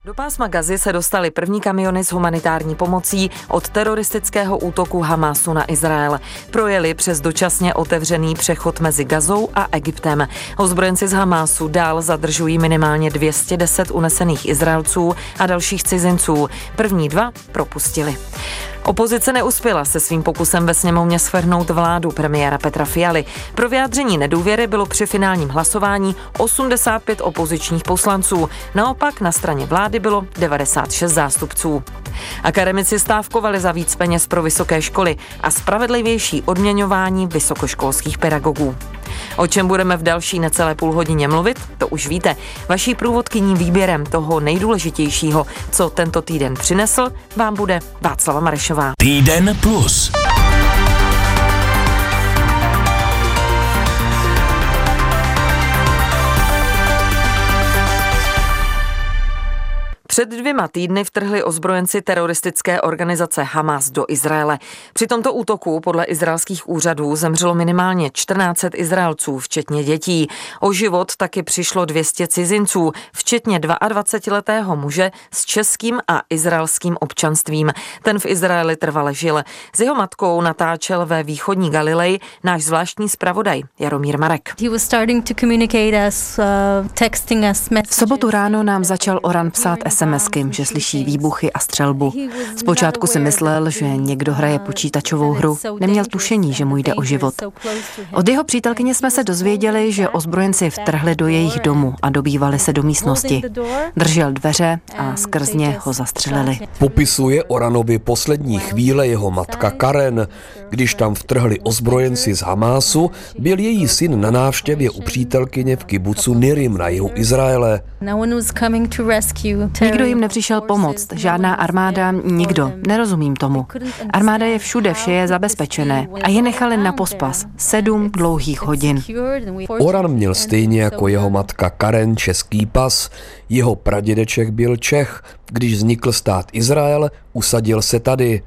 Do pásma Gazy se dostaly první kamiony s humanitární pomocí od teroristického útoku Hamásu na Izrael. Projeli přes dočasně otevřený přechod mezi Gazou a Egyptem. Ozbrojenci z Hamásu dál zadržují minimálně 210 unesených Izraelců a dalších cizinců. První 2 propustili. Opozice neuspěla se svým pokusem ve sněmovně svrhnout vládu premiéra Petra Fialy. Pro vyjádření nedůvěry bylo při finálním hlasování 85 opozičních poslanců. Naopak na straně vlády bylo 96 zástupců. Akademici stávkovali za víc peněz pro vysoké školy a spravedlivější odměňování vysokoškolských pedagogů. O čem budeme v další necelé půlhodině mluvit, to už víte. Vaší průvodkyní výběrem toho nejdůležitějšího, co tento týden přinesl, vám bude Václava Marešová. Týden plus. Před 2 týdny vtrhli ozbrojenci teroristické organizace Hamas do Izraele. Při tomto útoku podle izraelských úřadů zemřelo minimálně 1400 Izraelců, včetně dětí. O život taky přišlo 200 cizinců, včetně 22letého muže s českým a izraelským občanstvím. Ten v Izraeli trvale žil. S jeho matkou natáčel ve východní Galileji náš zvláštní zpravodaj Jaromír Marek. V sobotu ráno nám začal Oran psát SMS-ky, že slyší výbuchy a střelbu. Zpočátku si myslel, že někdo hraje počítačovou hru. Neměl tušení, že mu jde o život. Od jeho přítelkyně jsme se dozvěděli, že ozbrojenci vtrhli do jejich domu a dobývali se do místnosti. Držel dveře a skrz ně ho zastřelili. Popisuje Oranovi poslední chvíle jeho matka Karen. Když tam vtrhli ozbrojenci z Hamásu, byl její syn na návštěvě u přítelkyně v kibucu Nirim na jihu Izraele. Nikdo jim nepřišel pomoct, žádná armáda, nikdo. Nerozumím tomu. Armáda je všude, vše je zabezpečené. A je nechali na pospas 7 dlouhých hodin. Oran měl stejně jako jeho matka Karen český pas. Jeho pradědeček byl Čech. Když vznikl stát Izrael, usadil se tady.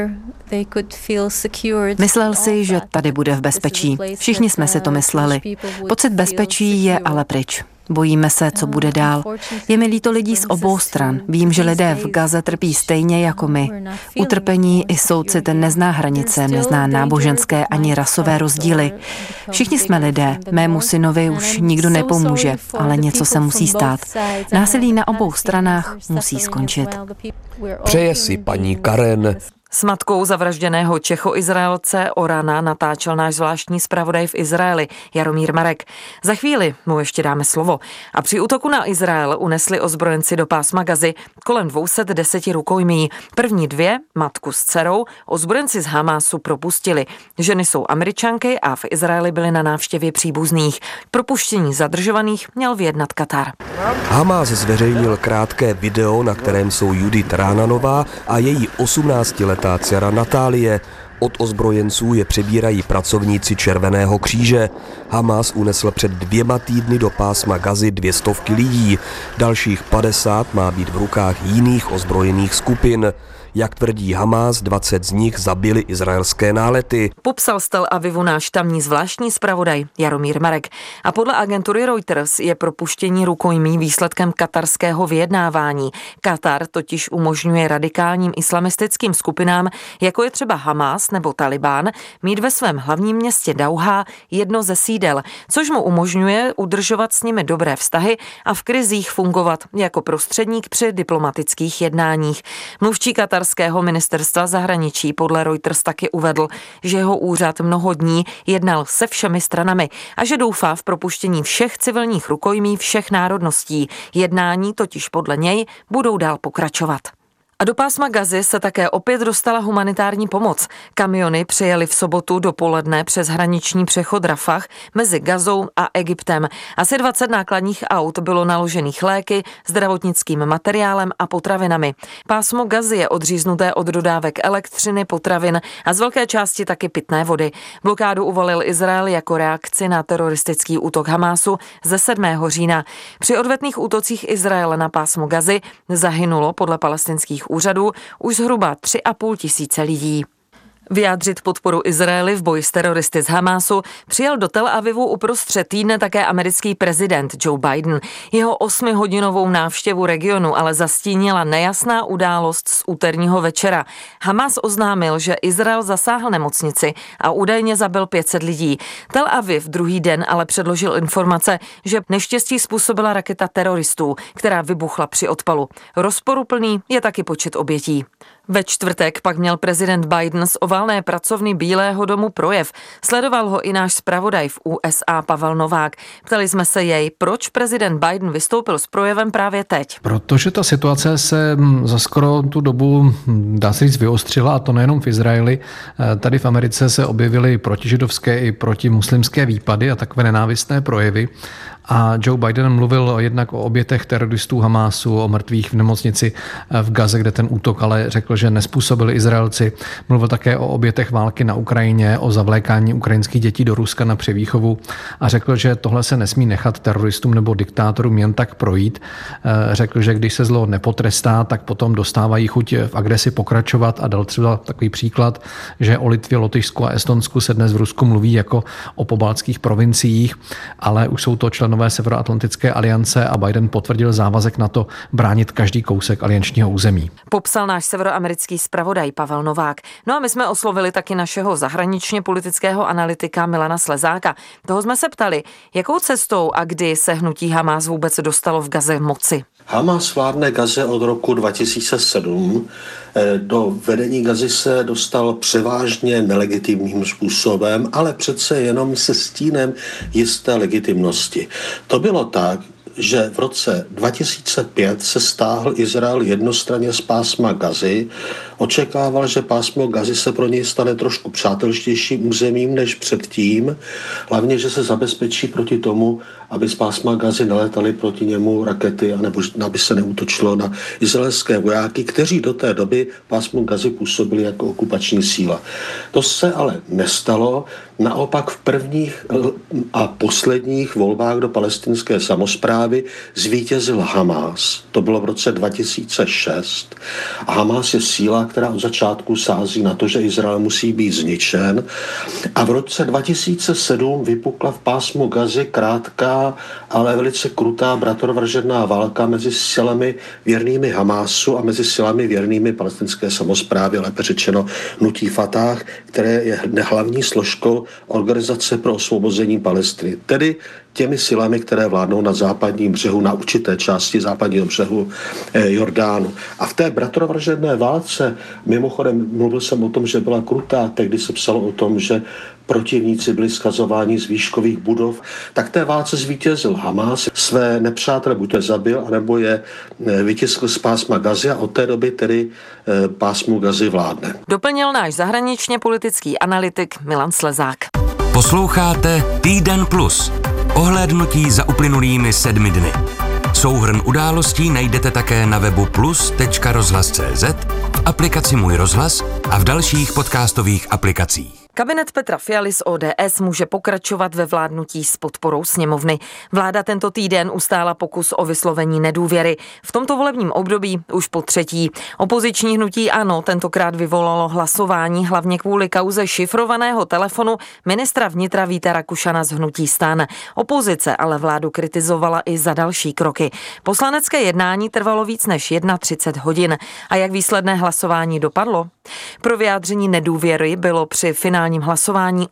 Myslel si, že tady bude v bezpečí. Všichni jsme si to mysleli. Pocit bezpečí je ale pryč. Bojíme se, co bude dál. Je mi líto lidí z obou stran. Vím, že lidé v Gaze trpí stejně jako my. Utrpení i soucit nezná hranice, nezná náboženské ani rasové rozdíly. Všichni jsme lidé. Mému synovi už nikdo nepomůže, ale něco se musí stát. Násilí na obou stranách musí skončit. Přeje si paní Karen. S matkou zavražděného Čecho-Izraelce Orana natáčel náš zvláštní zpravodaj v Izraeli Jaromír Marek. Za chvíli mu ještě dáme slovo. A při útoku na Izrael unesli ozbrojenci do pásma Gazy kolem 210 rukojmí. První 2, matku s dcerou, ozbrojenci z Hamásu propustili. Ženy jsou Američanky a v Izraeli byly na návštěvě příbuzných. Propuštění zadržovaných měl vyjednat Katar. Hamás zveřejnil krátké video, na kterém jsou Judith Ránanová a její 18letá dcera Natálie. Od ozbrojenců je přebírají pracovníci Červeného kříže. Hamás unesl před 2 týdny do pásma Gazy 200 lidí. Dalších 50 má být v rukách jiných ozbrojených skupin. Jak tvrdí Hamás, 20 z nich zabili izraelské nálety. Popsal z Tel Avivu náš tamní zvláštní zpravodaj Jaromír Marek. A podle agentury Reuters je propuštění rukojmí výsledkem katarského vyjednávání. Katar totiž umožňuje radikálním islamistickým skupinám, jako je třeba Hamás nebo Talibán, mít ve svém hlavním městě Dauhá jedno ze sídel, což mu umožňuje udržovat s nimi dobré vztahy a v krizích fungovat jako prostředník při diplomatických jednáních. Mluvčí katarského ministerstva zahraničí podle Reuters taky uvedl, že jeho úřad mnoho dní jednal se všemi stranami a že doufá v propuštění všech civilních rukojmí všech národností. Jednání totiž podle něj budou dál pokračovat. A do pásma Gazy se také opět dostala humanitární pomoc. Kamiony přijeli v sobotu dopoledne přes hraniční přechod Rafah mezi Gazou a Egyptem. Asi 20 nákladních aut bylo naložených léky, zdravotnickým materiálem a potravinami. Pásmo Gazy je odříznuté od dodávek elektřiny, potravin a z velké části taky pitné vody. Blokádu uvalil Izrael jako reakci na teroristický útok Hamásu ze 7. října. Při odvetných útocích Izraele na pásmo Gazy zahynulo podle palestinských úřadů už zhruba 3,5 tisíce lidí. Vyjádřit podporu Izraeli v boji s teroristy z Hamásu přijel do Tel Avivu uprostřed týdne také americký prezident Joe Biden. Jeho 8hodinovou návštěvu regionu ale zastínila nejasná událost z úterního večera. Hamás oznámil, že Izrael zasáhl nemocnici a údajně zabil 500 lidí. Tel Aviv druhý den ale předložil informace, že neštěstí způsobila raketa teroristů, která vybuchla při odpalu. Rozporuplný je taky počet obětí. Ve čtvrtek pak měl prezident Biden z oválné pracovny Bílého domu projev. Sledoval ho i náš zpravodaj v USA Pavel Novák. Ptali jsme se jej, proč prezident Biden vystoupil s projevem právě teď. Protože ta situace se za skoro tu dobu, dá se říct, vyostřila, a to nejenom v Izraeli. Tady v Americe se objevily protižidovské i protimuslimské výpady a takové nenávistné projevy. A Joe Biden mluvil jednak o obětech teroristů Hamásu, o mrtvých v nemocnici v Gaze, kde ten útok ale řekl, že nezpůsobili Izraelci. Mluvil také o obětech války na Ukrajině, o zavlékání ukrajinských dětí do Ruska na převýchovu a řekl, že tohle se nesmí nechat teroristům nebo diktátorům jen tak projít. Řekl, že když se zlo nepotrestá, tak potom dostávají chuť v agresi pokračovat a dal třeba takový příklad, že o Litvě, Lotyšsku a Estonsku se dnes v Rusku mluví jako o pobaltských provinciích, ale už jsou to členové Severoatlantické aliance a Biden potvrdil závazek na to bránit každý kousek aliančního území. Popsal náš severoamerický zpravodaj Pavel Novák. No a my jsme oslovili taky našeho zahraničně politického analytika Milana Slezáka. Toho jsme se ptali, jakou cestou a kdy se hnutí Hamás vůbec dostalo v Gaze moci. Hamás vládne Gaze od roku 2007. Do vedení Gazy se dostal převážně nelegitimním způsobem, ale přece jenom se stínem jisté legitimnosti. To bylo tak, že v roce 2005 se stáhl Izrael jednostranně z pásma Gazy. Očekával, že pásmo Gazy se pro něj stane trošku přátelštějším územím než předtím. Hlavně, že se zabezpečí proti tomu, aby z pásma Gazy neletaly proti němu rakety, anebo aby se neútočilo na izraelské vojáky, kteří do té doby pásmo Gazy působili jako okupační síla. To se ale nestalo. Naopak v prvních a posledních volbách do palestinské samosprávy zvítězil Hamás. To bylo v roce 2006. A Hamás je síla, která od začátku sází na to, že Izrael musí být zničen. A v roce 2007 vypukla v pásmu Gazy krátká, ale velice krutá bratrovražedná válka mezi silami věrnými Hamásu a mezi silami věrnými palestinské samosprávě, lépe řečeno hnutí Fatah, které je hlavní složkou Organizace pro osvobození Palestiny. Tedy těmi silami, které vládnou na západním břehu, na určité části západního břehu Jordánu. A v té bratrovražedné válce, mimochodem mluvil jsem o tom, že byla krutá, tehdy se psalo o tom, že protivníci byli skazováni z výškových budov, tak té válce zvítězil Hamás. Své nepřátele buď je zabil, anebo je vytiskl z pásma Gazy a od té doby tedy pásmu Gazy vládne. Doplnil náš zahraničně politický analytik Milan Slezák. Posloucháte Týden plus. Ohlédnutí za uplynulými 7 dny. Souhrn událostí najdete také na webu plus.rozhlas.cz, v aplikaci Můj rozhlas a v dalších podcastových aplikacích. Kabinet Petra Fialy z ODS může pokračovat ve vládnutí s podporou sněmovny. Vláda tento týden ustála pokus o vyslovení nedůvěry. V tomto volebním období už po třetí. Opoziční hnutí ANO tentokrát vyvolalo hlasování hlavně kvůli kauze šifrovaného telefonu ministra vnitra Víta Rakušana z hnutí STAN. Opozice ale vládu kritizovala i za další kroky. Poslanecké jednání trvalo víc než 31 hodin. A jak výsledné hlasování dopadlo? Pro vyjádření nedůvěry bylo při finálním hlasování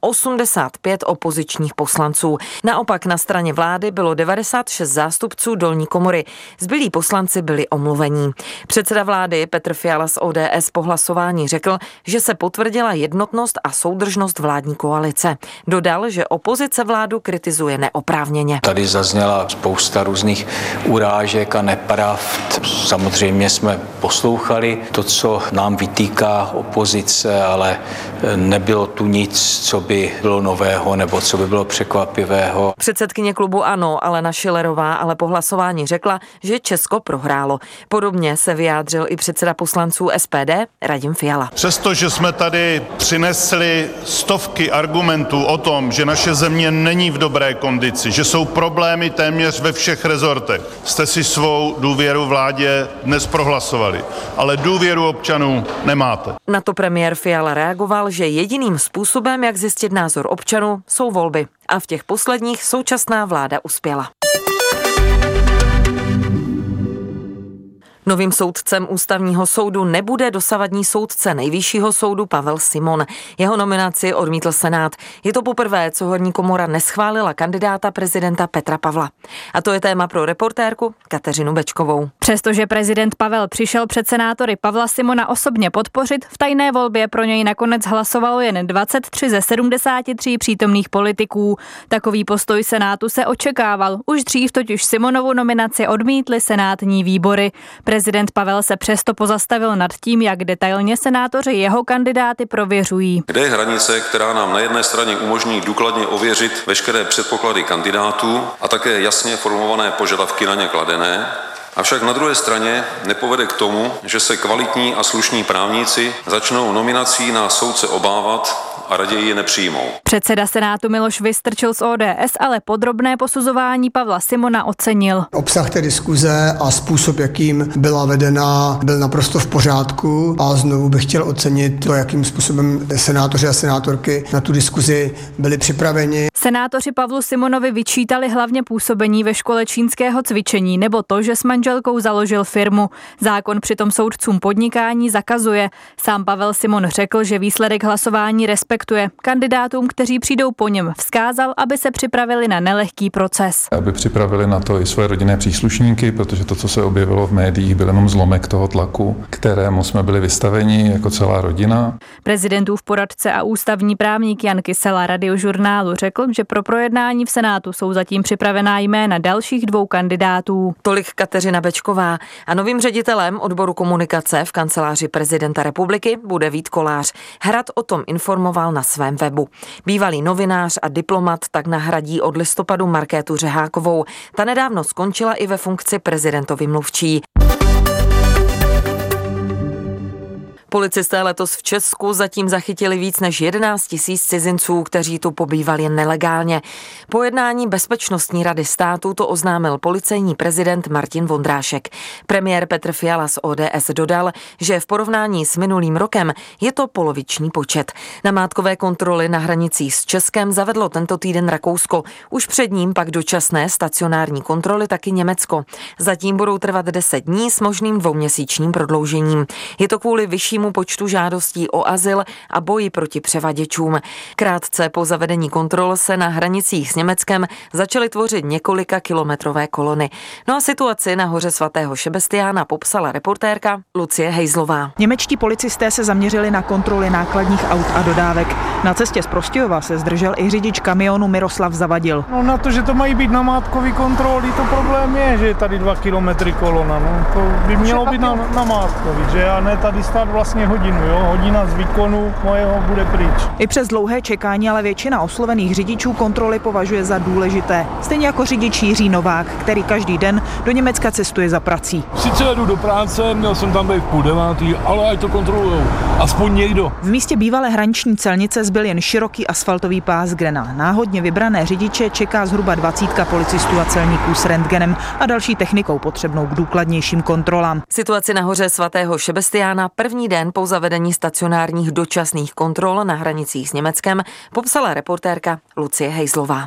85 opozičních poslanců. Naopak na straně vlády bylo 96 zástupců dolní komory. Zbylí poslanci byli omluvení. Předseda vlády Petr Fiala z ODS po hlasování řekl, že se potvrdila jednotnost a soudržnost vládní koalice. Dodal, že opozice vládu kritizuje neoprávněně. Tady zazněla spousta různých urážek a nepravd. Samozřejmě jsme poslouchali to, co nám vytýká opozice, ale nebylo tu nic, co by bylo nového nebo co by bylo překvapivého. Předsedkyně klubu ANO Alena Schillerová ale po hlasování řekla, že Česko prohrálo. Podobně se vyjádřil i předseda poslanců SPD Radim Fiala. Přestože jsme tady přinesli stovky argumentů o tom, že naše země není v dobré kondici, že jsou problémy téměř ve všech rezortech, jste si svou důvěru vládě dnes prohlasovali, ale důvěru občanů nemáte. Na to premiér Fiala reagoval, že jediným způsobem, jak zjistit názor občanů, jsou volby. A v těch posledních současná vláda uspěla. Novým soudcem Ústavního soudu nebude dosavadní soudce Nejvyššího soudu Pavel Simon. Jeho nominaci odmítl Senát. Je to poprvé, co horní komora neschválila kandidáta prezidenta Petra Pavla. A to je téma pro reportérku Kateřinu Bečkovou. Přestože prezident Pavel přišel před senátory Pavla Simona osobně podpořit, v tajné volbě pro něj nakonec hlasovalo jen 23 ze 73 přítomných politiků. Takový postoj Senátu se očekával. Už dřív totiž Simonovu nominaci odmítly senátní výbory. Prezident Pavel se přesto pozastavil nad tím, jak detailně senátoři jeho kandidáty prověřují. Kde je hranice, která nám na jedné straně umožní důkladně ověřit veškeré předpoklady kandidátů a také jasně formulované požadavky na ně kladené, avšak na druhé straně nepovede k tomu, že se kvalitní a slušní právníci začnou nominací na soudce obávat a raději je nepřijmou. Předseda Senátu Miloš Vystrčil z ODS ale podrobné posuzování Pavla Simona ocenil. Obsah té diskuze a způsob, jakým byla vedena, byl naprosto v pořádku a znovu bych chtěl ocenit to, jakým způsobem senátoři a senátorky na tu diskuzi byli připraveni. Senátoři Pavlu Simonovi vyčítali hlavně působení ve škole čínského cvičení nebo to, že s manželkou založil firmu. Zákon přitom soudcům podnikání zakazuje. Sám Pavel Simon řekl, že výsledek hlasování respektuje. Kandidátům, kteří přijdou po něm, vzkázal, aby se připravili na nelehký proces. Aby připravili na to i svoje rodinné příslušníky, protože to, co se objevilo v médiích, byl jenom zlomek toho tlaku, kterému jsme byli vystaveni jako celá rodina. Prezidentův poradce a ústavní právník Jan Kysela Radiožurnálu řekl, že pro projednání v Senátu jsou zatím připravená jména dalších 2 kandidátů. Tolik Kateřina Bečková. A novým ředitelem odboru komunikace v kanceláři prezidenta republiky bude Vít Kolář. Hrad o tom informoval na svém webu. Bývalý novinář a diplomat tak nahradí od listopadu Markétu Řehákovou. Ta nedávno skončila i ve funkci prezidentovy mluvčí. Policisté letos v Česku zatím zachytili víc než 11 000 cizinců, kteří tu pobývali nelegálně. Po jednání Bezpečnostní rady státu to oznámil policejní prezident Martin Vondrášek. Premiér Petr Fiala z ODS dodal, že v porovnání s minulým rokem je to poloviční počet. Namátkové kontroly na hranicích s Českem zavedlo tento týden Rakousko. Už před ním pak dočasné stacionární kontroly taky Německo. Zatím budou trvat 10 dní s možným 2měsíčním prodloužením. Je to kvůli vyššímu počtu žádostí o azyl a boji proti převaděčům. Krátce po zavedení kontrol se na hranicích s Německem začaly tvořit několika kilometrové kolony. No a situaci na hoře svatého Šebestiána popsala reportérka Lucie Hejzlová. Němečtí policisté se zaměřili na kontroly nákladních aut a dodávek. Na cestě z Prostějova se zdržel i řidič kamionu Miroslav Zavadil. No na to, že to mají být namátkový kontroly, to problém je, že je tady 2 kilometry kolona. No, to by mělo být namátkový, že a ne tady stát vlastně hodinu, jo? Hodina z výkonu mojeho bude pryč. I přes dlouhé čekání, ale většina oslovených řidičů kontroly považuje za důležité. Stejně jako řidič Jiří Novák, který každý den do Německa cestuje za prací. Sice jedu do práce, měl jsem tam být v 8:30, ale ať to kontrolujou. Aspoň někdo. V místě bývalé hraniční celnice zbyl jen široký asfaltový pás, kde na náhodně vybrané řidiče čeká zhruba 20 policistů a celníků s rentgenem a další technikou potřebnou k důkladnějším kontrolám. Situaci na hoře svatého Šebestiána první den po zavedení stacionárních dočasných kontrol na hranicích s Německem popsala reportérka Lucie Hejzlová.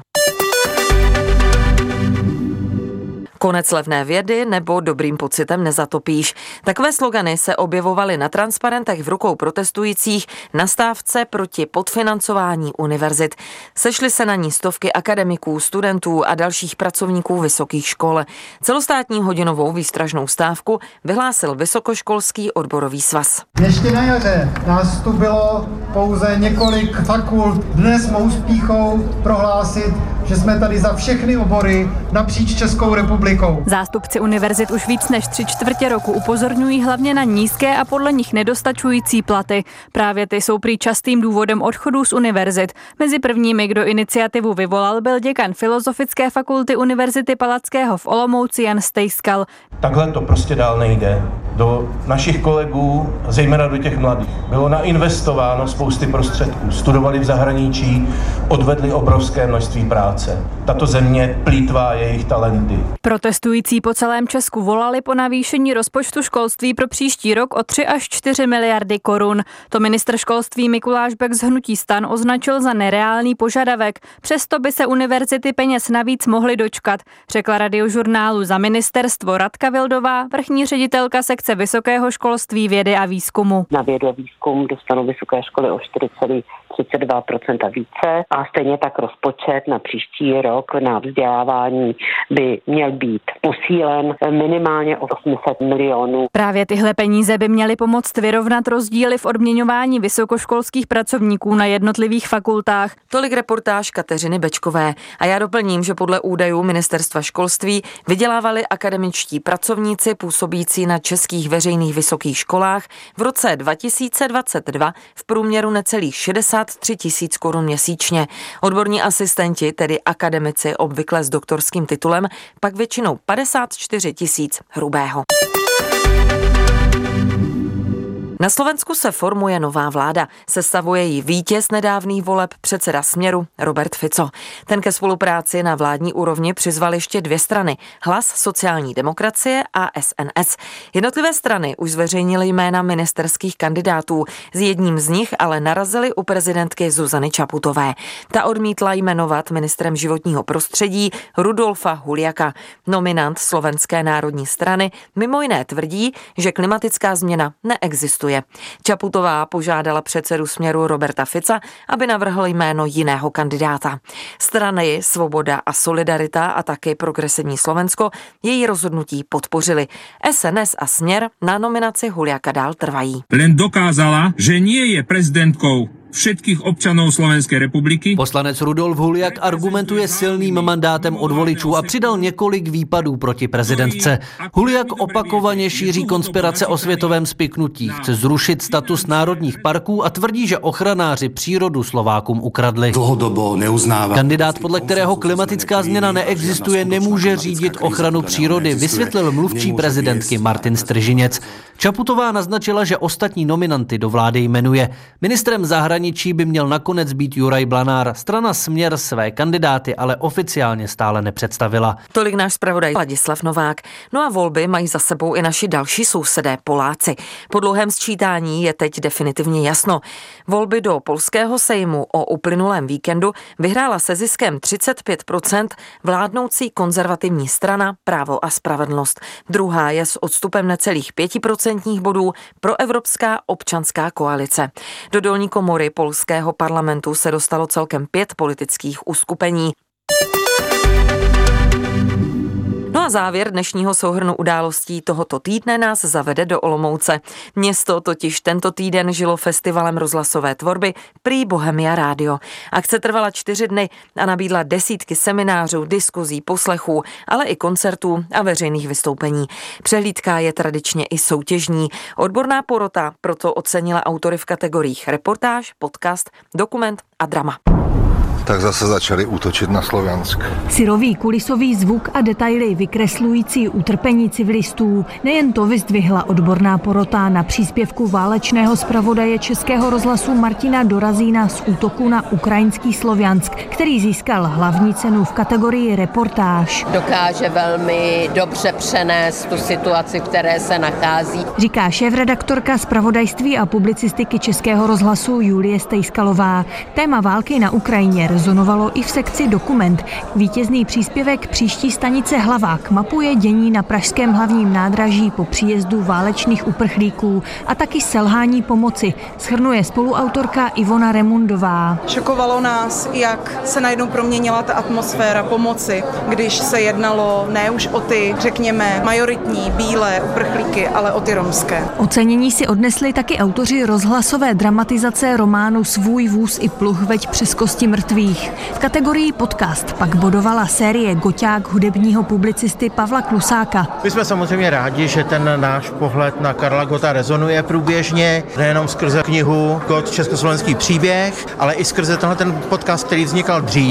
Konec levné vědy nebo dobrým pocitem nezatopíš. Takové slogany se objevovaly na transparentech v rukou protestujících na stávce proti podfinancování univerzit. Sešly se na ní stovky akademiků, studentů a dalších pracovníků vysokých škol. Celostátní hodinovou výstražnou stávku vyhlásil Vysokoškolský odborový svaz. Ještě na jaře nás tu bylo pouze několik fakult. Dnes mohu s pýchou prohlásit, že jsme tady za všechny obory napříč Českou republikou. Zástupci univerzit už víc než 3/4 roku upozorňují hlavně na nízké a podle nich nedostačující platy. Právě ty jsou prý častým důvodem odchodů z univerzit. Mezi prvními, kdo iniciativu vyvolal, byl děkan Filozofické fakulty Univerzity Palackého v Olomouci Jan Stejskal. Takhle to prostě dál nejde. Do našich kolegů, zejména zejména do těch mladých. Bylo nainvestováno spousty prostředků, studovali v zahraničí, odvedli obrovské množství práce. Tato země plýtvá jejich talenty. Protestující po celém Česku volali po navýšení rozpočtu školství pro příští rok o 3 až 4 miliardy korun. To ministr školství Mikuláš Bek z hnutí STAN označil za nereálný požadavek. Přesto by se univerzity peněz navíc mohly dočkat, řekla Radiožurnálu za ministerstvo Radka Vildová, vrchní ředitelka sekce vysokého školství, vědy a výzkumu. Na vědu a výzkum dostanou vysoké školy o 4,32% více a stejně tak rozpočet na příští rok na vzdělávání by měl být posílen minimálně o 800 milionů. Právě tyhle peníze by měly pomoct vyrovnat rozdíly v odměňování vysokoškolských pracovníků na jednotlivých fakultách. Tolik reportáž Kateřiny Bečkové. A já doplním, že podle údajů Ministerstva školství vydělávali akademičtí pracovníci působící na českých veřejných vysokých školách v roce 2022 v průměru necelých 63 000 korun měsíčně. Odborní asistenti, tedy akademici obvykle s doktorským titulem, pak většinou 54 000 hrubého. Na Slovensku se formuje nová vláda. Sestavuje ji vítěz nedávných voleb, předseda Směru Robert Fico. Ten ke spolupráci na vládní úrovni přizval ještě 2 strany. Hlas sociální demokracie a SNS. Jednotlivé strany už zveřejnily jména ministerských kandidátů. S jedním z nich ale narazili u prezidentky Zuzany Čaputové. Ta odmítla jmenovat ministrem životního prostředí Rudolfa Huliaka. Nominant Slovenské národní strany mimo jiné tvrdí, že klimatická změna neexistuje. Čaputová požádala předsedu Směru Roberta Fica, aby navrhl jméno jiného kandidáta. Strany Svoboda a Solidarita a taky Progresivní Slovensko její rozhodnutí podpořili. SNS a Směr na nominaci Huliaka dál trvají. Len dokázala, že nie je prezidentkou všetkých občanů Slovenské republiky. Poslanec Rudolf Huliak argumentuje silným mandátem od voličů a přidal několik výpadů proti prezidentce. Huliak opakovaně šíří konspirace o světovém spiknutí, chce zrušit status národních parků a tvrdí, že ochranáři přírodu Slovákům ukradli. Dlouhodobo neuznává. Kandidát, podle kterého klimatická změna neexistuje, nemůže řídit ochranu přírody, vysvětlil mluvčí prezidentky Martin Stržinec. Čaputová naznačila, že ostatní nominanty do vlády jmenuje. Ministrem zahraničí by měl nakonec být Juraj Blanár. Strana Směr své kandidáty ale oficiálně stále nepředstavila. Tolik náš zpravodaj Ladislav Novák. No a volby mají za sebou i naši další sousedé Poláci. Po dlouhém sčítání je teď definitivně jasno. Volby do polského sejmu o uplynulém víkendu vyhrála se ziskem 35% vládnoucí konzervativní strana Právo a spravedlnost. Druhá je s odstupem necelých 5% bodů proevropská občanská koalice. Do dolní komory polského parlamentu se dostalo celkem 5 politických uskupení. No a závěr dnešního souhrnu událostí tohoto týdne nás zavede do Olomouce. Město totiž tento týden žilo festivalem rozhlasové tvorby Prý Bohemia Radio. Akce trvala 4 dny a nabídla desítky seminářů, diskuzí, poslechů, ale i koncertů a veřejných vystoupení. Přehlídka je tradičně i soutěžní. Odborná porota proto ocenila autory v kategoriích reportáž, podcast, dokument a drama. Tak zase začali útočit na Sloviansk. Syrový kulisový zvuk a detaily vykreslující utrpení civilistů. Nejen to vyzdvihla odborná porota na příspěvku válečného zpravodaje Českého rozhlasu Martina Dorazína z útoku na ukrajinský Sloviansk, který získal hlavní cenu v kategorii reportáž. Dokáže velmi dobře přenést tu situaci, v které se nachází. Říká šéfredaktorka zpravodajství a publicistiky Českého rozhlasu Julie Stejskalová. Téma války na Ukrajině rezonovalo i v sekci Dokument. Vítězný příspěvek příští stanice Hlavák mapuje dění na pražském hlavním nádraží po příjezdu válečných uprchlíků a taky selhání pomoci, shrnuje spoluautorka Ivona Remundová. Šokovalo nás, jak se najednou proměnila ta atmosféra pomoci, když se jednalo ne už o ty, řekněme, majoritní bílé uprchlíky, ale o ty romské. Ocenění si odnesli taky autoři rozhlasové dramatizace románu Svůj vůz i pluh veď přes kosti mrtvých. V kategorii podcast pak bodovala série Goťák hudebního publicisty Pavla Klusáka. My jsme samozřejmě rádi, že ten náš pohled na Karla Gotta rezonuje průběžně, nejenom skrze knihu Gott československý příběh, ale i skrze tenhle ten podcast, který vznikal dřív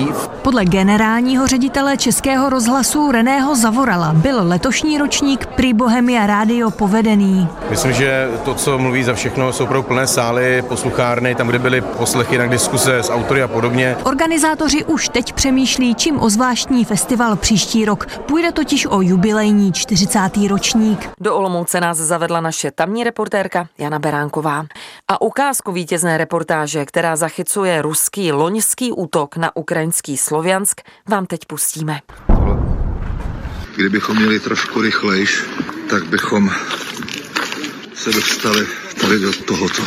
Podle generálního ředitele Českého rozhlasu Reného Zavorala byl letošní ročník prý Bohemia Rádio povedený. Myslím, že to, co mluví za všechno, jsou opravdu plné sály, posluchárny, tam, kde byly poslechy na diskuse s autory a podobně. Organizátoři už teď přemýšlí, čím ozvláštní festival příští rok. Půjde totiž o jubilejní 40. ročník. Do Olomouce nás zavedla naše tamní reportérka Jana Beránková. A ukázku vítězné reportáže, která zachycuje ruský loňský útok na ukrajinský Sloviansk, vám teď pustíme. Kdybychom měli trošku rychlejš, tak bychom se dostali tady do tohoto.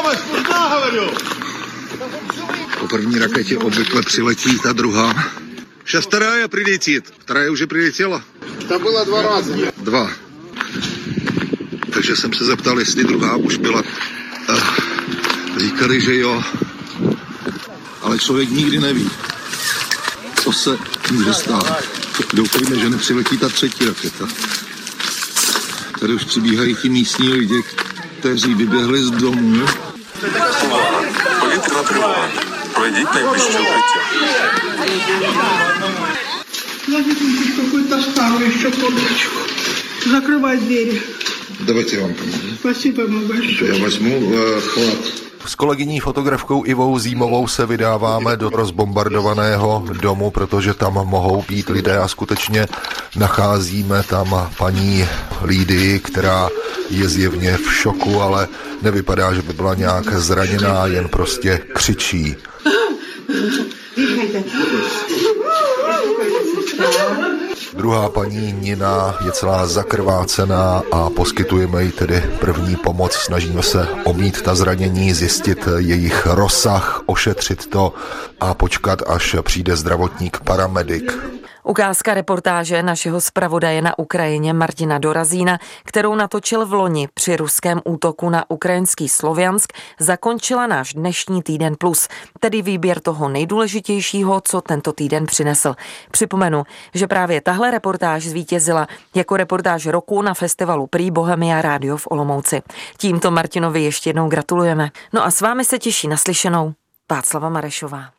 Po první raketě obvykle přiletí ta druhá. Сейчас вторая прилетит. Вторая уже прилетела? Tam byla 2 razy. 2. Takže jsem se zeptal, jestli druhá už byla. Říkali, že jo. Ale člověk nikdy neví, co se může stát. Doufejme, že nepřiletí ta třetí raketa. Tady už přibíhají ti místní lidi, kteří vyběhli z domů. Пройдите найближче укриття. Знаете, какой-то старый еще подачку. Закрывай двери. Давайте я vám pomůžu. Спасибо вам большое. Já vezmu chlad. S kolegyní fotografkou Ivou Zímovou se vydáváme do rozbombardovaného domu, protože tam mohou být lidé a skutečně nacházíme tam paní Lídii, která je zjevně v šoku, ale nevypadá, že by byla nějak zraněná, jen prostě křičí. Druhá paní Nina je celá zakrvácená a poskytujeme jí tedy první pomoc. Snažíme se omít ta zranění, zjistit jejich rozsah, ošetřit to a počkat, až přijde zdravotník paramedik. Ukázka reportáže našeho zpravodaje na Ukrajině Martina Dorazína, kterou natočil v loni při ruském útoku na ukrajinský Sloviansk, zakončila náš dnešní Týden plus, tedy výběr toho nejdůležitějšího, co tento týden přinesl. Připomenu, že právě tahle reportáž zvítězila jako reportáž roku na festivalu Prix Bohemia Rádio v Olomouci. Tímto Martinovi ještě jednou gratulujeme. No a s vámi se těší naslyšenou Václava Marešová.